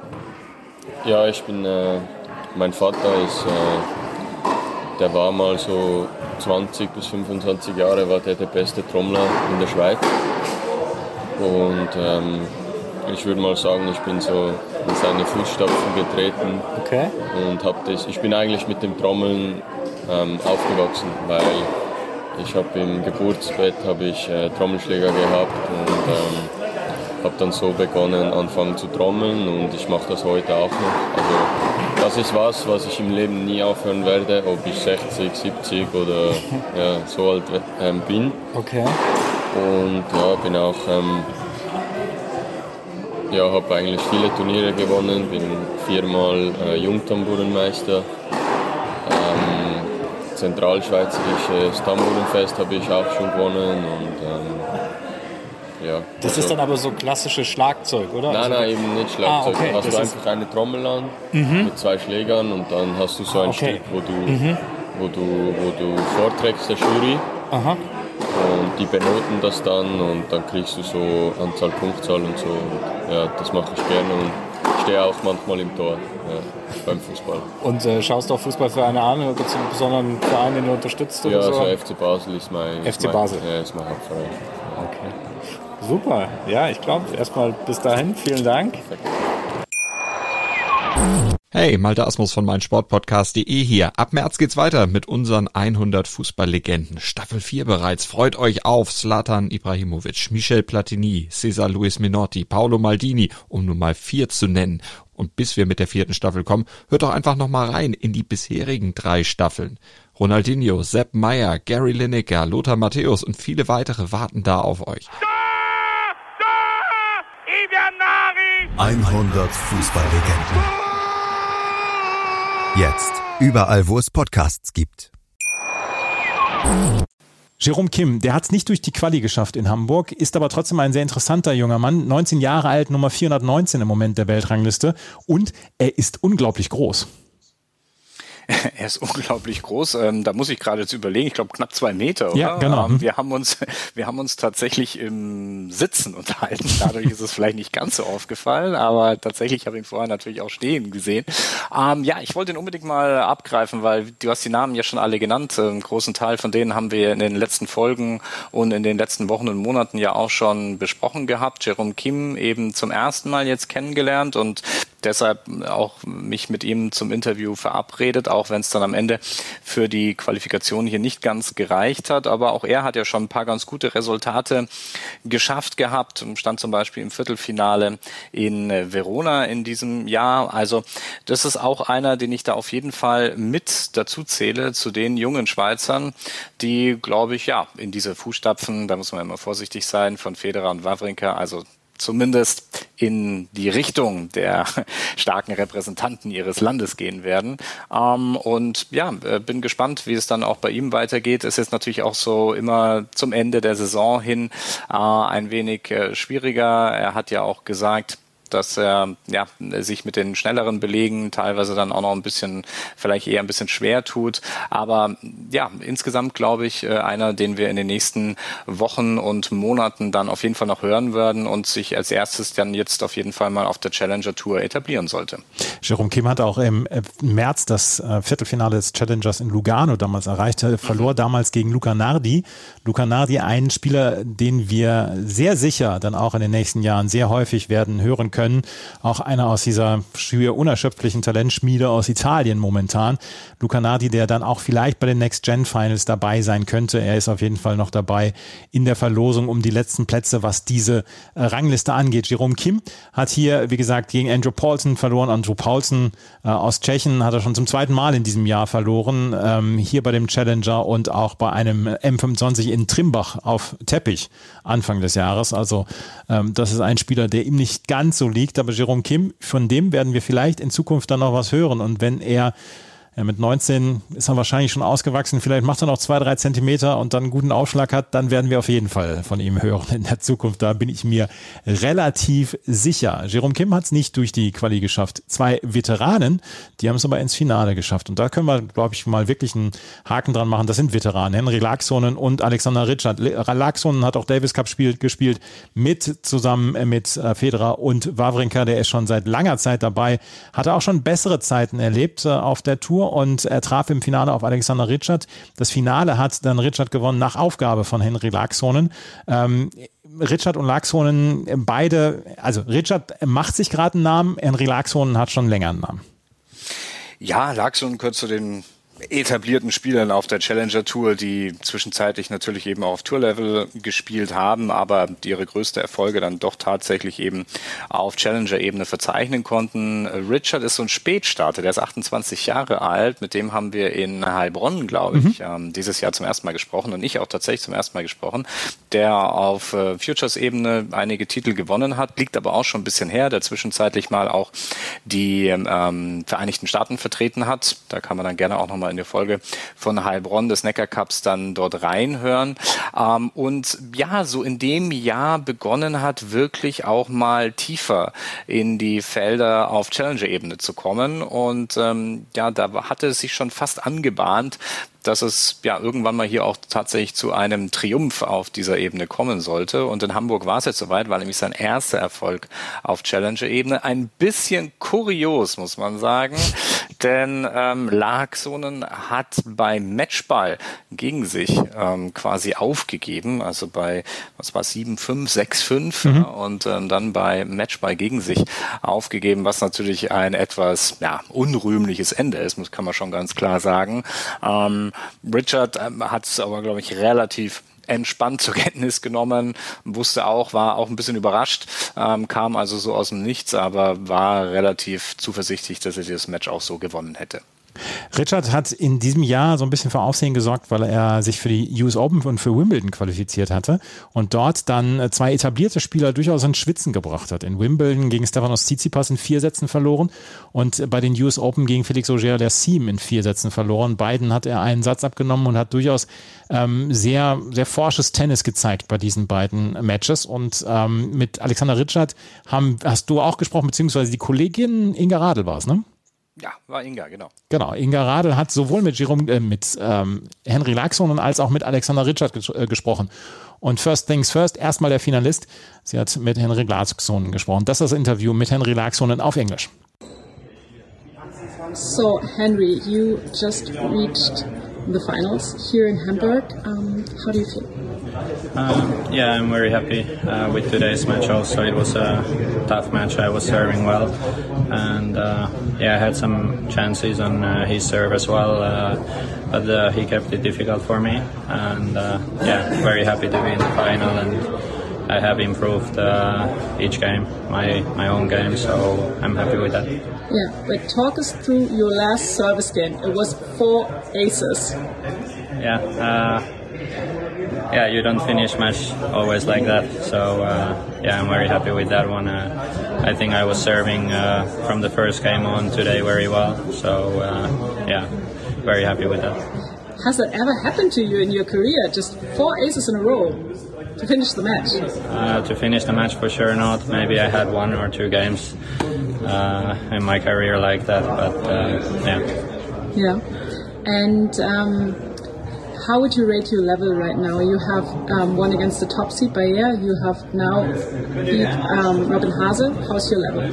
Ja, mein Vater der war mal so 20 bis 25 Jahre, war der beste Trommler in der Schweiz. Und ich würde mal sagen, ich bin so in seine Fußstapfen getreten. Okay. Und ich bin eigentlich mit dem Trommeln aufgewachsen, weil ich habe im Geburtsbett Trommelschläger gehabt und habe dann so begonnen, anfangen zu trommeln und ich mache das heute auch noch. Also das ist was ich im Leben nie aufhören werde, ob ich 60, 70 oder so alt bin. Okay. Und ja, bin auch habe eigentlich viele Turniere gewonnen, bin 4-mal Jungtamburenmeister. Zentralschweizerisches Tamburenfest habe ich auch schon gewonnen und Das ist dann aber so klassisches Schlagzeug, oder? Nein, eben nicht Schlagzeug. Okay. Da hast du einfach eine Trommel an mit 2 Schlägern und dann hast du so ein Stück, wo du vorträgst der Jury. Aha. Und die benoten das dann und dann kriegst du so Anzahl Punktzahl und so. Und, ja, das mache ich gerne und stehe auch manchmal im Tor beim Fußball. Und schaust du auch Fußballvereine an oder gibt es einen besonderen Verein, den du unterstützt? Ja, oder so? also FC Basel ist mein Hauptverein. Okay. Super. Ja, ich glaube, erstmal bis dahin. Vielen Dank. Perfekt. Hey, Malte Asmus von meinsportpodcast.de hier. Ab März geht's weiter mit unseren 100 Fußballlegenden. Staffel 4 bereits. Freut euch auf Zlatan Ibrahimovic, Michel Platini, Cesar Luis Minotti, Paolo Maldini, um nur mal 4 zu nennen. Und bis wir mit der 4. Staffel kommen, hört doch einfach noch mal rein in die bisherigen 3 Staffeln. Ronaldinho, Sepp Maier, Gary Lineker, Lothar Matthäus und viele weitere warten da auf euch. 100 Fußballlegenden. Jetzt überall, wo es Podcasts gibt. Jerome Kim, der hat es nicht durch die Quali geschafft in Hamburg, ist aber trotzdem ein sehr interessanter junger Mann, 19 Jahre alt, Nummer 419 im Moment der Weltrangliste und er ist unglaublich groß. Er ist unglaublich groß. Da muss ich gerade jetzt überlegen. Ich glaube knapp 2 Meter, oder? Ja, genau. Wir haben uns tatsächlich im Sitzen unterhalten. Dadurch ist es vielleicht nicht ganz so aufgefallen, aber tatsächlich habe ich ihn vorher natürlich auch stehen gesehen. Ja, ich wollte ihn unbedingt mal abgreifen, weil du hast die Namen ja schon alle genannt. Einen großen Teil von denen haben wir in den letzten Folgen und in den letzten Wochen und Monaten ja auch schon besprochen gehabt. Jerome Kim eben zum ersten Mal jetzt kennengelernt und deshalb auch mich mit ihm zum Interview verabredet, auch wenn es dann am Ende für die Qualifikation hier nicht ganz gereicht hat. Aber auch er hat ja schon ein paar ganz gute Resultate geschafft gehabt, stand zum Beispiel im Viertelfinale in Verona in diesem Jahr. Also das ist auch einer, den ich da auf jeden Fall mit dazu zähle, zu den jungen Schweizern, die, glaube ich, ja, in diese Fußstapfen, da muss man immer vorsichtig sein, von Federer und Wawrinka, also zumindest in die Richtung der starken Repräsentanten ihres Landes gehen werden. Und ja, bin gespannt, wie es dann auch bei ihm weitergeht. Es ist natürlich auch so immer zum Ende der Saison hin ein wenig schwieriger. Er hat ja auch gesagt, dass er ja, sich mit den schnelleren Belegen teilweise dann auch noch ein bisschen, vielleicht eher ein bisschen schwer tut. Aber ja, insgesamt glaube ich, einer, den wir in den nächsten Wochen und Monaten dann auf jeden Fall noch hören werden und sich als erstes dann jetzt auf jeden Fall mal auf der Challenger Tour etablieren sollte. Jerome Kim hat auch im März das Viertelfinale des Challengers in Lugano damals erreicht, verlor damals gegen Luca Nardi. Luca Nardi, ein Spieler, den wir sehr sicher dann auch in den nächsten Jahren sehr häufig werden hören können. Auch einer aus dieser schier unerschöpflichen Talentschmiede aus Italien momentan. Luca Nardi, der dann auch vielleicht bei den Next-Gen-Finals dabei sein könnte. Er ist auf jeden Fall noch dabei in der Verlosung um die letzten Plätze, was diese Rangliste angeht. Jerome Kim hat hier, wie gesagt, gegen Andrew Paulson verloren. Andrew Paulson aus Tschechien hat er schon zum 2. Mal in diesem Jahr verloren. Hier bei dem Challenger und auch bei einem M25 in Trimbach auf Teppich Anfang des Jahres. Also das ist ein Spieler, der ihm nicht ganz so liegt, aber Jerome Kim, von dem werden wir vielleicht in Zukunft dann noch was hören und wenn er mit 19 ist er wahrscheinlich schon ausgewachsen, vielleicht macht er noch 2-3 Zentimeter und dann einen guten Aufschlag hat, dann werden wir auf jeden Fall von ihm hören in der Zukunft, da bin ich mir relativ sicher. Jerome Kim hat es nicht durch die Quali geschafft. 2 Veteranen, die haben es aber ins Finale geschafft und da können wir, glaube ich, mal wirklich einen Haken dran machen, das sind Veteranen, Henri Laaksonen und Alexander Ritschard. Laaksonen hat auch Davis Cup gespielt, zusammen mit Federer und Wawrinka, der ist schon seit langer Zeit dabei, hatte auch schon bessere Zeiten erlebt auf der Tour und er traf im Finale auf Alexander Ritschard. Das Finale hat dann Ritschard gewonnen nach Aufgabe von Henri Laaksonen. Ritschard und Laaksonen beide, also Ritschard macht sich gerade einen Namen, Henri Laaksonen hat schon länger einen Namen. Ja, Laaksonen gehört zu den etablierten Spielern auf der Challenger Tour, die zwischenzeitlich natürlich eben auch auf Tour-Level gespielt haben, aber die ihre größte Erfolge dann doch tatsächlich eben auf Challenger-Ebene verzeichnen konnten. Ritschard ist so ein Spätstarter, der ist 28 Jahre alt, mit dem haben wir in Heilbronn, glaube ich, dieses Jahr zum ersten Mal gesprochen und ich auch tatsächlich zum ersten Mal gesprochen, der auf Futures-Ebene einige Titel gewonnen hat, liegt aber auch schon ein bisschen her, der zwischenzeitlich mal auch die Vereinigten Staaten vertreten hat. Da kann man dann gerne auch nochmal in der Folge von Heilbronn des Neckar Cups dann dort reinhören. Und ja, so in dem Jahr begonnen hat, wirklich auch mal tiefer in die Felder auf Challenger-Ebene zu kommen. Und ja, da hatte es sich schon fast angebahnt, dass es ja irgendwann mal hier auch tatsächlich zu einem Triumph auf dieser Ebene kommen sollte. Und in Hamburg war es jetzt soweit, war nämlich sein erster Erfolg auf Challenger-Ebene. Ein bisschen kurios, muss man sagen, denn Laaksonen hat beim Matchball gegen sich quasi aufgegeben, also bei, was war es, 7-5, 6-5 und dann bei Matchball gegen sich aufgegeben, was natürlich ein etwas unrühmliches Ende ist, kann man schon ganz klar sagen. Ritschard hat es aber, glaube ich, relativ entspannt zur Kenntnis genommen, war auch ein bisschen überrascht, kam also so aus dem Nichts, aber war relativ zuversichtlich, dass er das Match auch so gewonnen hätte. Richard hat in diesem Jahr so ein bisschen für Aufsehen gesorgt, weil er sich für die US Open und für Wimbledon qualifiziert hatte und dort dann 2 etablierte Spieler durchaus ins Schwitzen gebracht hat. In Wimbledon gegen Stefanos Tsitsipas in 4 Sätzen verloren und bei den US Open gegen Felix Auger-Aliassime in 4 Sätzen verloren. Beiden hat er einen Satz abgenommen und hat durchaus sehr, sehr forsches Tennis gezeigt bei diesen beiden Matches. Und mit Alexander Ritschard hast du auch gesprochen, beziehungsweise die Kollegin Inga Radl war es, ne? Ja, war Inga, genau. Genau, Inga Radl hat sowohl mit Henry Laaksonen als auch mit Alexander Ritschard gesprochen. Und first things first, erstmal der Finalist. Sie hat mit Henry Laaksonen gesprochen. Das ist das Interview mit Henry Laaksonen auf Englisch. So, Henry, you just reached the finals here in Hamburg. How do you feel? Yeah, I'm very happy with today's match also. It was a tough match. I was serving well. And I had some chances on his serve as well. But he kept it difficult for me. And very happy to be in the final. And I have improved each game, my own game. So I'm happy with that. Yeah, but talk us through your last service game. It was 4 aces. Yeah, you don't finish match always like that. So I'm very happy with that one. I think I was serving from the first game on today very well. So very happy with that. Has that ever happened to you in your career? Just 4 aces in a row to finish the match? To finish the match, for sure not. Maybe I had 1 or 2 games in my career like that, but Yeah, and how would you rate your level right now? You have won against the top seed Bayer. You have now beat Robin Haase. How's your level?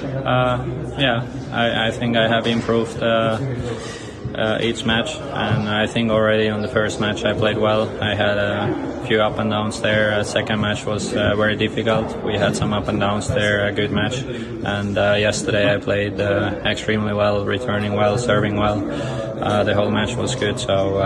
I think I have improved each match, and I think already on the first match I played well. I had a few up and downs there. Second match was very difficult. We had some up and downs there, a good match. And yesterday I played extremely well, returning well, serving well. The whole match was good, so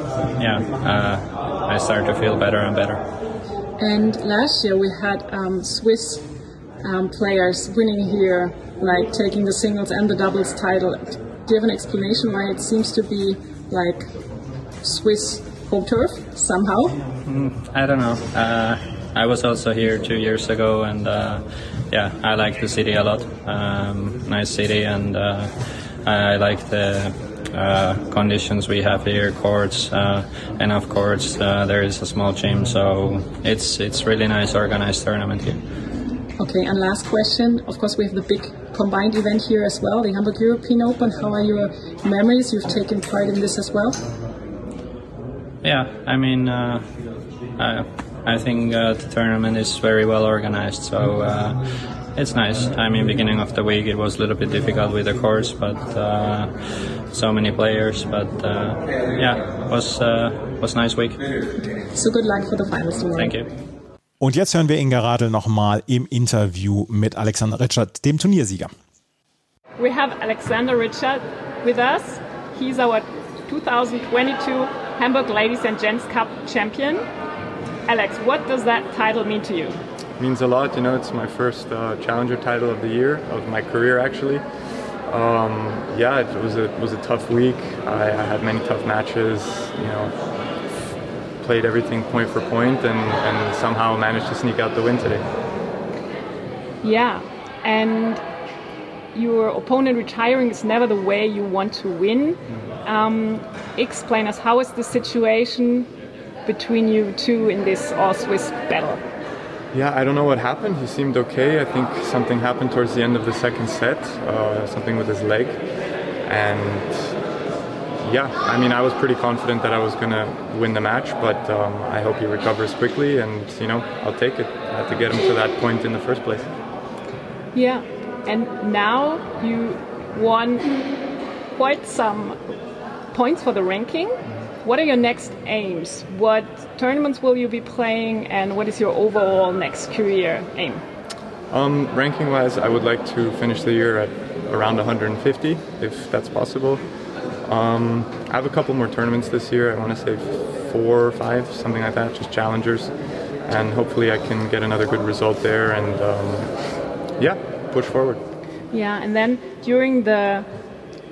I started to feel better and better. And last year we had Swiss players winning here, like taking the singles and the doubles title. Do you have an explanation why it seems to be like Swiss home turf somehow? I don't know. I was also here 2 years ago, and I like the city a lot. Nice city, and I like the conditions we have here, courts, enough courts. There is a small gym, so it's really nice organized tournament here. Okay, and last question. Of course, we have the big combined event here as well, the Hamburg European Open. How are your memories? You've taken part in this as well. Yeah, I mean, I think the tournament is very well organized, so it's nice. I mean, beginning of the week it was a little bit difficult with the course, but so many players. But was a nice week. So good luck for the finals tomorrow. Thank you. Und jetzt hören wir Inga Radl nochmal im Interview mit Alexander Ritschard, dem Turniersieger. We have Alexander Ritschard with us. He's our 2022 Hamburg Ladies and Gents Cup champion. Alex, what does that title mean to you? It means a lot. You know, it's my first challenger title of the year, of my career actually. It was a tough week. I had many tough matches. You know, played everything point for point, and somehow managed to sneak out the win today. Yeah, and your opponent retiring is never the way you want to win. Explain us, how is the situation between you two in this all-Swiss battle? Yeah, I don't know what happened. He seemed okay. I think something happened towards the end of the second set, something with his leg. And yeah, I mean, I was pretty confident that I was going to win the match, but I hope he recovers quickly, and, you know, I'll take it. I had to get him to that point in the first place. Yeah, and now you won quite some points for the ranking. What are your next aims? What tournaments will you be playing, and what is your overall next career aim? Ranking-wise, I would like to finish the year at around 150, if that's possible. I have a couple more tournaments this year. I want to say 4 or 5, something like that, just challengers. And hopefully I can get another good result there and, push forward. Yeah, and then during the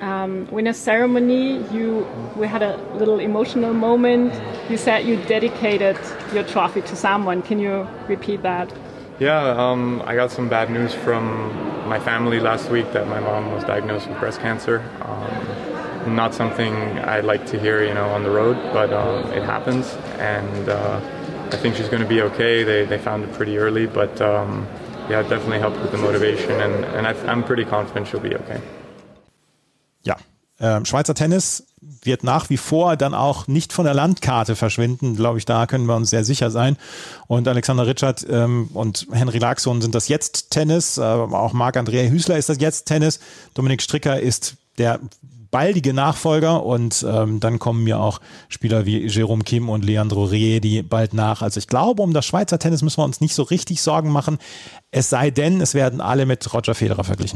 winner ceremony, we had a little emotional moment. You said you dedicated your trophy to someone. Can you repeat that? Yeah, I got some bad news from my family last week that my mom was diagnosed with breast cancer. Not something I like to hear, on the road, but it happens, and I think she's going to be okay. They found it pretty early, but it definitely helped with the motivation, and I'm pretty confident she'll be okay. Ja, Schweizer Tennis wird nach wie vor dann auch nicht von der Landkarte verschwinden, glaube ich, da können wir uns sehr sicher sein. Und Alexander Ritschard und Henry Laaksonen sind das jetzt Tennis, auch Marc-Andrea Hüßler ist das jetzt Tennis, Dominik Stricker ist der baldige Nachfolger und dann kommen mir auch Spieler wie Jérôme Kim und Leandro Riedi bald nach. Also ich glaube, um das Schweizer Tennis müssen wir uns nicht so richtig Sorgen machen, es sei denn, es werden alle mit Roger Federer verglichen.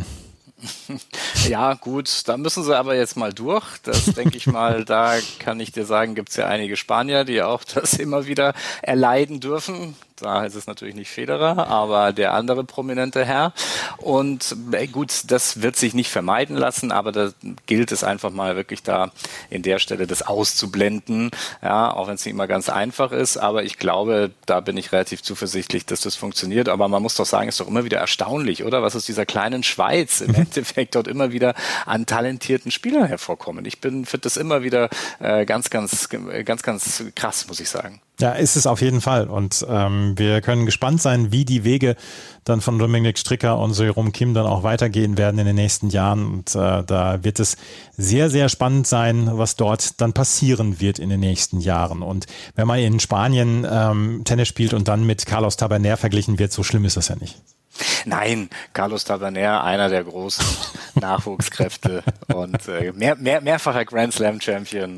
Ja, gut, da müssen sie aber jetzt mal durch. Das denke ich mal, da kann ich dir sagen, gibt es ja einige Spanier, die auch das immer wieder erleiden dürfen. Da ist es natürlich nicht Federer, aber der andere prominente Herr. Und gut, das wird sich nicht vermeiden lassen, aber da gilt es einfach mal wirklich da in der Stelle das auszublenden, ja, auch wenn es nicht immer ganz einfach ist. Aber ich glaube, da bin ich relativ zuversichtlich, dass das funktioniert. Aber man muss doch sagen, ist doch immer wieder erstaunlich, oder? Was aus dieser kleinen Schweiz im Endeffekt dort immer wieder an talentierten Spielern hervorkommen. Ich finde das immer wieder ganz krass, muss ich sagen. Ja, ist es auf jeden Fall. Und wir können gespannt sein, wie die Wege dann von Dominik Stricker und Jérôme Kim dann auch weitergehen werden in den nächsten Jahren. Und da wird es sehr, sehr spannend sein, was dort dann passieren wird in den nächsten Jahren. Und wenn man in Spanien Tennis spielt und dann mit Carlos Taberner verglichen wird, so schlimm ist das ja nicht. Nein, Carlos Taberner, einer der großen Nachwuchskräfte und mehrfacher Grand Slam Champion.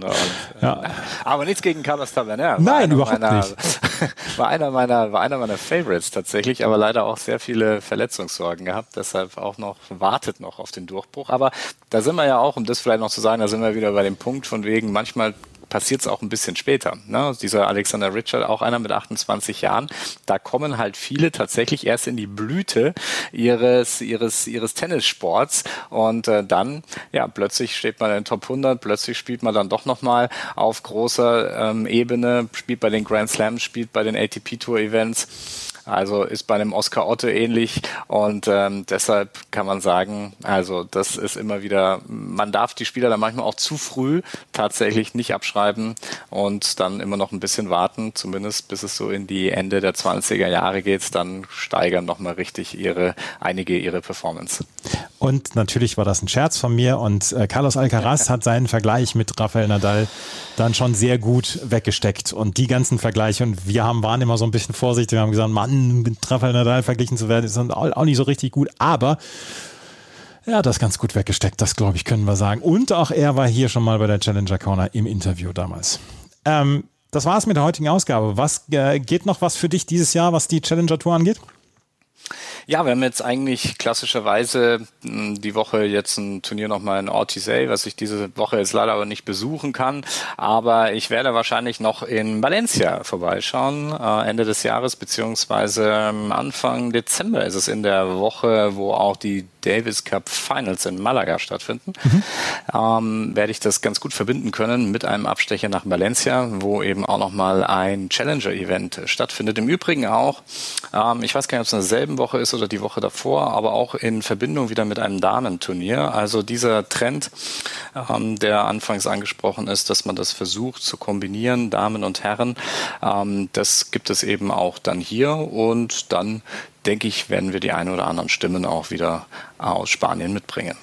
Aber nichts gegen Carlos Taberner. Nein, überhaupt nicht. War einer meiner Favorites tatsächlich, aber leider auch sehr viele Verletzungssorgen gehabt, deshalb wartet noch auf den Durchbruch. Aber da sind wir ja auch, um das vielleicht noch zu sagen, da sind wir wieder bei dem Punkt von wegen, manchmal passiert es auch ein bisschen später. Ne? Dieser Alexander Ritschard, auch einer mit 28 Jahren, da kommen halt viele tatsächlich erst in die Blüte ihres Tennissports und dann, plötzlich steht man in den Top 100, plötzlich spielt man dann doch nochmal auf großer Ebene, spielt bei den Grand Slams, spielt bei den ATP-Tour-Events. Also ist bei einem Oscar Otte ähnlich und deshalb kann man sagen, also das ist immer wieder, man darf die Spieler dann manchmal auch zu früh tatsächlich nicht abschreiben und dann immer noch ein bisschen warten, zumindest bis es so in die Ende der 20er Jahre geht, dann steigern nochmal richtig einige ihre Performance. Und natürlich war das ein Scherz von mir und Carlos Alcaraz hat seinen Vergleich mit Rafael Nadal dann schon sehr gut weggesteckt und die ganzen Vergleiche und wir waren immer so ein bisschen vorsichtig, wir haben gesagt, Mann, mit Rafael Nadal verglichen zu werden, ist dann auch nicht so richtig gut, aber er hat das ganz gut weggesteckt, das glaube ich, können wir sagen. Und auch er war hier schon mal bei der Challenger Corner im Interview damals. Das war's mit der heutigen Ausgabe. Geht noch was für dich dieses Jahr, was die Challenger Tour angeht? Ja, wir haben jetzt eigentlich klassischerweise die Woche jetzt ein Turnier nochmal in Ortisei, was ich diese Woche jetzt leider aber nicht besuchen kann. Aber ich werde wahrscheinlich noch in Valencia vorbeischauen, Ende des Jahres, beziehungsweise Anfang Dezember ist es in der Woche, wo auch die Davis Cup Finals in Malaga stattfinden. Werde ich das ganz gut verbinden können mit einem Abstecher nach Valencia, wo eben auch nochmal ein Challenger-Event stattfindet. Im Übrigen auch, ich weiß gar nicht, ob es in derselben Woche ist oder die Woche davor, aber auch in Verbindung wieder mit einem Damenturnier. Also dieser Trend, der anfangs angesprochen ist, dass man das versucht zu kombinieren, Damen und Herren, das gibt es eben auch dann hier und dann denke ich, werden wir die ein oder anderen Stimmen auch wieder aus Spanien mitbringen.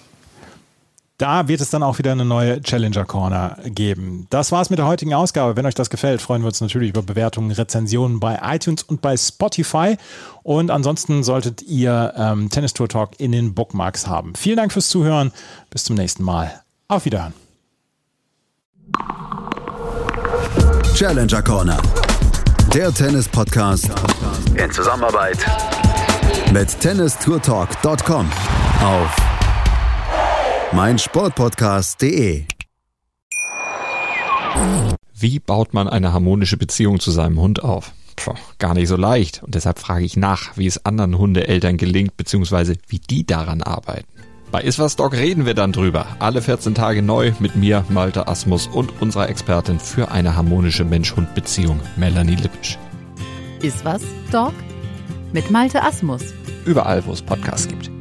Da wird es dann auch wieder eine neue Challenger Corner geben. Das war's mit der heutigen Ausgabe. Wenn euch das gefällt, freuen wir uns natürlich über Bewertungen, Rezensionen bei iTunes und bei Spotify. Und ansonsten solltet ihr Tennis Tour Talk in den Bookmarks haben. Vielen Dank fürs Zuhören. Bis zum nächsten Mal. Auf Wiederhören. Challenger Corner. Der Tennis-Podcast in Zusammenarbeit mit tennistourtalk.com auf meinsportpodcast.de. Wie baut man eine harmonische Beziehung zu seinem Hund auf? Gar nicht so leicht. Und deshalb frage ich nach, wie es anderen Hundeeltern gelingt, beziehungsweise wie die daran arbeiten. Bei Iswas Dog reden wir dann drüber. Alle 14 Tage neu mit mir, Malte Asmus und unserer Expertin für eine harmonische Mensch-Hund-Beziehung, Melanie Lippisch. Iswas Dog mit Malte Asmus. Überall, wo es Podcasts gibt.